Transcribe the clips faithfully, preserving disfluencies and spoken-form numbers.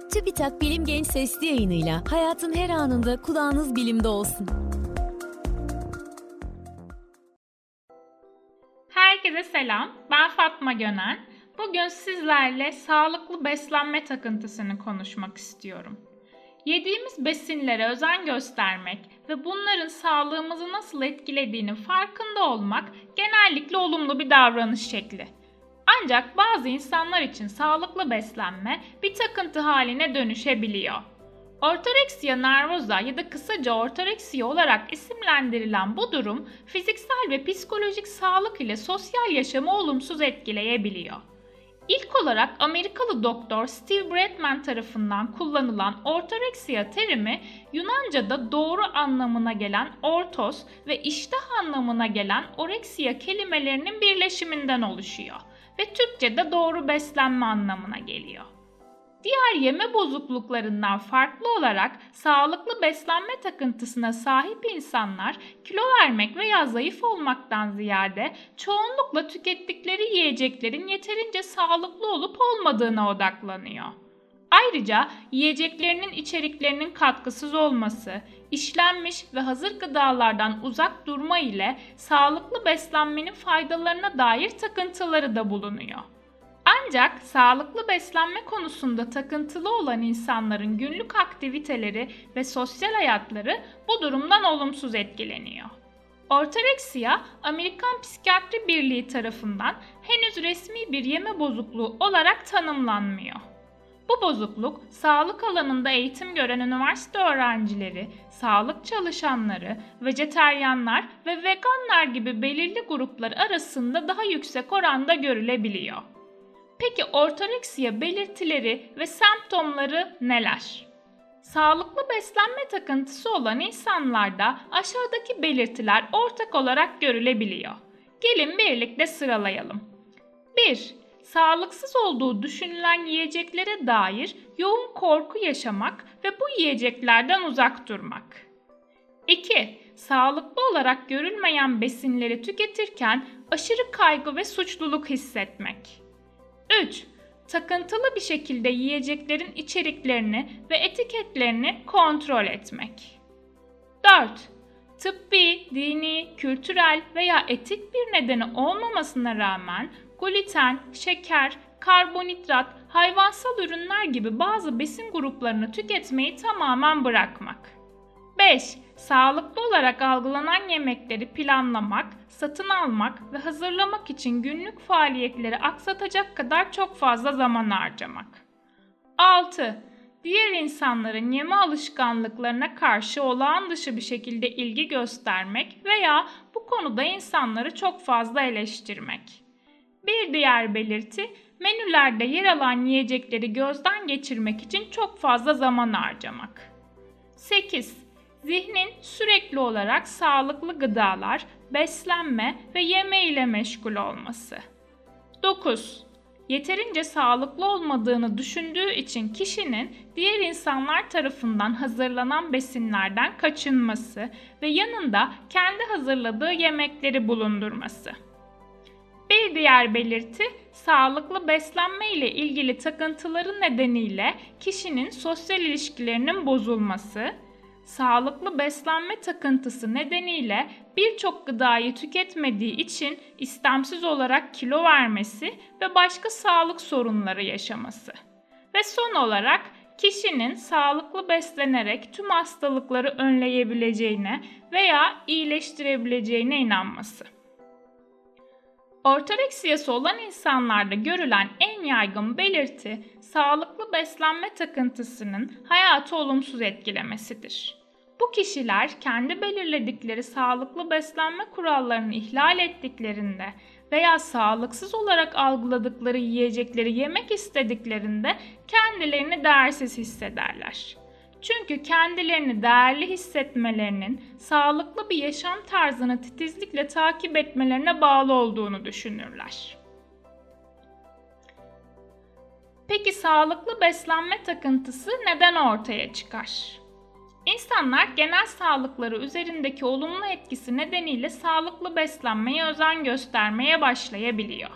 TÜBİTAK Bilim Genç Sesli yayınıyla hayatın her anında kulağınız bilimde olsun. Herkese selam, ben Fatma Gönen. Bugün sizlerle sağlıklı beslenme takıntısını konuşmak istiyorum. Yediğimiz besinlere özen göstermek ve bunların sağlığımızı nasıl etkilediğini farkında olmak genellikle olumlu bir davranış şekli. Ancak bazı insanlar için sağlıklı beslenme bir takıntı haline dönüşebiliyor. Ortoreksiya nervosa ya da kısaca ortoreksiya olarak isimlendirilen bu durum fiziksel ve psikolojik sağlık ile sosyal yaşamı olumsuz etkileyebiliyor. İlk olarak Amerikalı doktor Steve Bradman tarafından kullanılan ortoreksiya terimi Yunanca'da doğru anlamına gelen ortos ve iştah anlamına gelen oreksiya kelimelerinin birleşiminden oluşuyor ve Türkçe'de doğru beslenme anlamına geliyor. Diğer yeme bozukluklarından farklı olarak sağlıklı beslenme takıntısına sahip insanlar kilo vermek veya zayıf olmaktan ziyade çoğunlukla tükettikleri yiyeceklerin yeterince sağlıklı olup olmadığına odaklanıyor. Ayrıca yiyeceklerinin içeriklerinin katkısız olması, işlenmiş ve hazır gıdalardan uzak durma ile sağlıklı beslenmenin faydalarına dair takıntıları da bulunuyor. Ancak sağlıklı beslenme konusunda takıntılı olan insanların günlük aktiviteleri ve sosyal hayatları bu durumdan olumsuz etkileniyor. Ortoreksiya, Amerikan Psikiyatri Birliği tarafından henüz resmi bir yeme bozukluğu olarak tanımlanmıyor. Bu bozukluk, sağlık alanında eğitim gören üniversite öğrencileri, sağlık çalışanları, vejeteryanlar ve veganlar gibi belirli gruplar arasında daha yüksek oranda görülebiliyor. Peki ortoreksiya belirtileri ve semptomları neler? Sağlıklı beslenme takıntısı olan insanlarda aşağıdaki belirtiler ortak olarak görülebiliyor. Gelin birlikte sıralayalım. bir. Sağlıksız olduğu düşünülen yiyeceklere dair yoğun korku yaşamak ve bu yiyeceklerden uzak durmak. iki. Sağlıklı olarak görülmeyen besinleri tüketirken aşırı kaygı ve suçluluk hissetmek. üç. Takıntılı bir şekilde yiyeceklerin içeriklerini ve etiketlerini kontrol etmek. dört. Tıbbi, dini, kültürel veya etik bir nedeni olmamasına rağmen gluten, şeker, karbonhidrat, hayvansal ürünler gibi bazı besin gruplarını tüketmeyi tamamen bırakmak. beş. Sağlıklı olarak algılanan yemekleri planlamak, satın almak ve hazırlamak için günlük faaliyetleri aksatacak kadar çok fazla zaman harcamak. altı. Diğer insanların yeme alışkanlıklarına karşı olağan dışı bir şekilde ilgi göstermek veya bu konuda insanları çok fazla eleştirmek. Bir diğer belirti, menülerde yer alan yiyecekleri gözden geçirmek için çok fazla zaman harcamak. sekiz. Zihnin sürekli olarak sağlıklı gıdalar, beslenme ve yeme ile meşgul olması. dokuz. Yeterince sağlıklı olmadığını düşündüğü için kişinin diğer insanlar tarafından hazırlanan besinlerden kaçınması ve yanında kendi hazırladığı yemekleri bulundurması. Bir diğer belirti, sağlıklı beslenme ile ilgili takıntıları nedeniyle kişinin sosyal ilişkilerinin bozulması, sağlıklı beslenme takıntısı nedeniyle birçok gıdayı tüketmediği için istemsiz olarak kilo vermesi ve başka sağlık sorunları yaşaması. Ve son olarak kişinin sağlıklı beslenerek tüm hastalıkları önleyebileceğine veya iyileştirebileceğine inanması. Ortoreksiyası olan insanlarda görülen en yaygın belirti, sağlıklı beslenme takıntısının hayatı olumsuz etkilemesidir. Bu kişiler kendi belirledikleri sağlıklı beslenme kurallarını ihlal ettiklerinde veya sağlıksız olarak algıladıkları yiyecekleri yemek istediklerinde kendilerini değersiz hissederler. Çünkü kendilerini değerli hissetmelerinin sağlıklı bir yaşam tarzını titizlikle takip etmelerine bağlı olduğunu düşünürler. Peki sağlıklı beslenme takıntısı neden ortaya çıkar? İnsanlar genel sağlıkları üzerindeki olumlu etkisi nedeniyle sağlıklı beslenmeye özen göstermeye başlayabiliyor.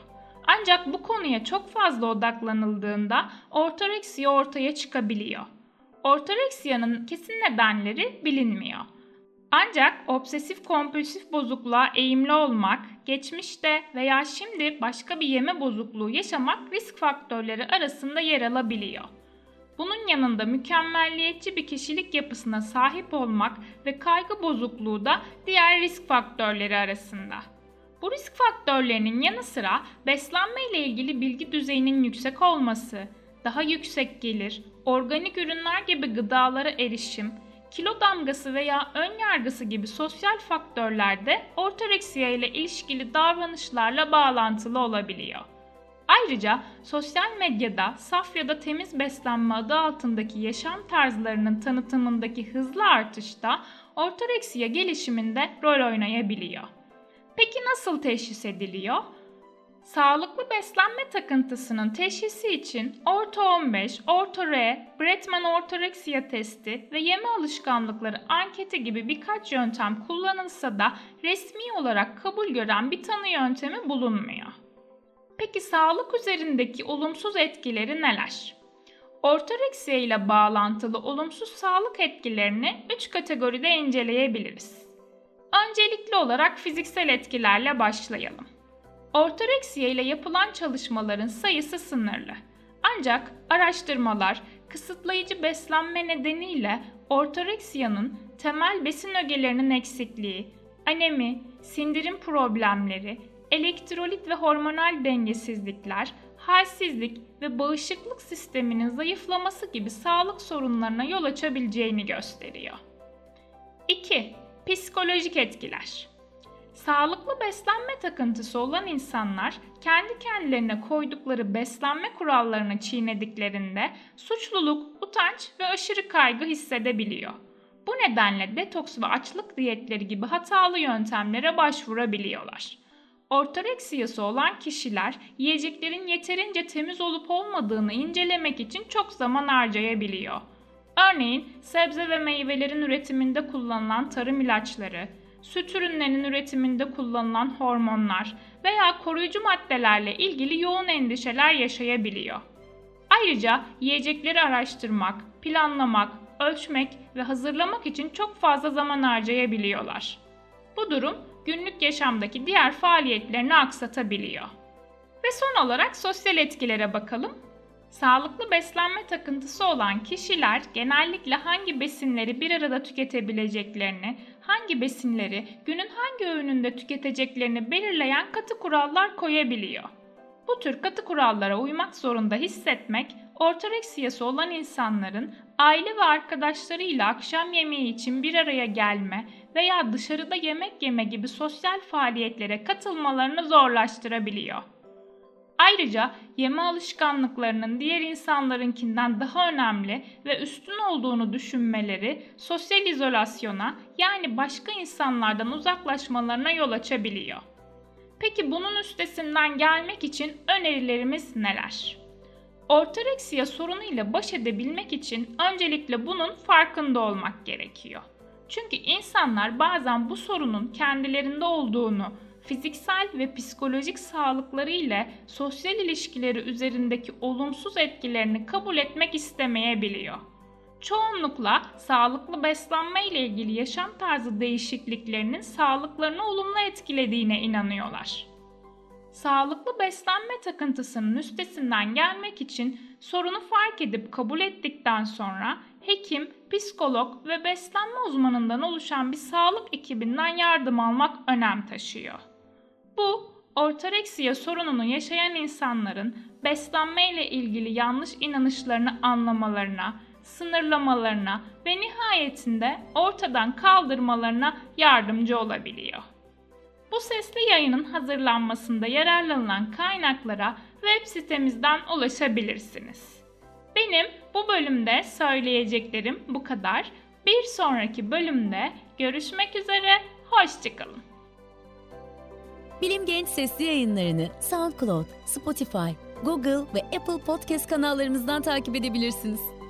Ancak bu konuya çok fazla odaklanıldığında ortoreksiya ortaya çıkabiliyor. Ortoreksiyanın kesin nedenleri bilinmiyor. Ancak obsesif kompulsif bozukluğa eğimli olmak, geçmişte veya şimdi başka bir yeme bozukluğu yaşamak risk faktörleri arasında yer alabiliyor. Bunun yanında mükemmelliyetçi bir kişilik yapısına sahip olmak ve kaygı bozukluğu da diğer risk faktörleri arasında. Bu risk faktörlerinin yanı sıra beslenme ile ilgili bilgi düzeyinin yüksek olması, daha yüksek gelir, organik ürünler gibi gıdalara erişim, kilo damgası veya ön yargısı gibi sosyal faktörler de ortoreksiya ile ilişkili davranışlarla bağlantılı olabiliyor. Ayrıca sosyal medyada saf ya da temiz beslenme adı altındaki yaşam tarzlarının tanıtımındaki hızlı artış da ortoreksiya gelişiminde rol oynayabiliyor. Peki nasıl teşhis ediliyor? Sağlıklı beslenme takıntısının teşhisi için Orto on beş, Orto-R, Bretman ortoreksiya testi ve yeme alışkanlıkları anketi gibi birkaç yöntem kullanılsa da resmi olarak kabul gören bir tanı yöntemi bulunmuyor. Peki sağlık üzerindeki olumsuz etkileri neler? Ortoreksiya ile bağlantılı olumsuz sağlık etkilerini üç kategoride inceleyebiliriz. Öncelikli olarak fiziksel etkilerle başlayalım. Ortoreksiya ile yapılan çalışmaların sayısı sınırlı. Ancak araştırmalar kısıtlayıcı beslenme nedeniyle ortoreksiyanın temel besin ögelerinin eksikliği, anemi, sindirim problemleri, elektrolit ve hormonal dengesizlikler, halsizlik ve bağışıklık sisteminin zayıflaması gibi sağlık sorunlarına yol açabileceğini gösteriyor. İki. Psikolojik etkiler. Sağlıklı beslenme takıntısı olan insanlar kendi kendilerine koydukları beslenme kurallarını çiğnediklerinde suçluluk, utanç ve aşırı kaygı hissedebiliyor. Bu nedenle detoks ve açlık diyetleri gibi hatalı yöntemlere başvurabiliyorlar. Ortoreksiyası olan kişiler yiyeceklerin yeterince temiz olup olmadığını incelemek için çok zaman harcayabiliyor. Örneğin sebze ve meyvelerin üretiminde kullanılan tarım ilaçları, süt ürünlerinin üretiminde kullanılan hormonlar veya koruyucu maddelerle ilgili yoğun endişeler yaşayabiliyor. Ayrıca yiyecekleri araştırmak, planlamak, ölçmek ve hazırlamak için çok fazla zaman harcayabiliyorlar. Bu durum günlük yaşamdaki diğer faaliyetlerini aksatabiliyor. Ve son olarak sosyal etkilere bakalım. Sağlıklı beslenme takıntısı olan kişiler genellikle hangi besinleri bir arada tüketebileceklerini, hangi besinleri günün hangi öğününde tüketeceklerini belirleyen katı kurallar koyabiliyor. Bu tür katı kurallara uymak zorunda hissetmek, ortoreksiyası olan insanların aile ve arkadaşlarıyla akşam yemeği için bir araya gelme veya dışarıda yemek yeme gibi sosyal faaliyetlere katılmalarını zorlaştırabiliyor. Ayrıca yeme alışkanlıklarının diğer insanlarınkinden daha önemli ve üstün olduğunu düşünmeleri sosyal izolasyona, yani başka insanlardan uzaklaşmalarına yol açabiliyor. Peki bunun üstesinden gelmek için önerilerimiz neler? Ortoreksiya sorunuyla baş edebilmek için öncelikle bunun farkında olmak gerekiyor. Çünkü insanlar bazen bu sorunun kendilerinde olduğunu, fiziksel ve psikolojik sağlıkları ile sosyal ilişkileri üzerindeki olumsuz etkilerini kabul etmek istemeyebiliyor. Çoğunlukla sağlıklı beslenme ile ilgili yaşam tarzı değişikliklerinin sağlıklarını olumlu etkilediğine inanıyorlar. Sağlıklı beslenme takıntısının üstesinden gelmek için sorunu fark edip kabul ettikten sonra hekim, psikolog ve beslenme uzmanından oluşan bir sağlık ekibinden yardım almak önem taşıyor. Bu, ortoreksiya sorununu yaşayan insanların beslenme ile ilgili yanlış inanışlarını anlamalarına, sınırlamalarına ve nihayetinde ortadan kaldırmalarına yardımcı olabiliyor. Bu sesli yayının hazırlanmasında yararlanılan kaynaklara web sitemizden ulaşabilirsiniz. Benim bu bölümde söyleyeceklerim bu kadar. Bir sonraki bölümde görüşmek üzere, hoşça kalın. Bilim Genç sesli yayınlarını SoundCloud, Spotify, Google ve Apple Podcast kanallarımızdan takip edebilirsiniz.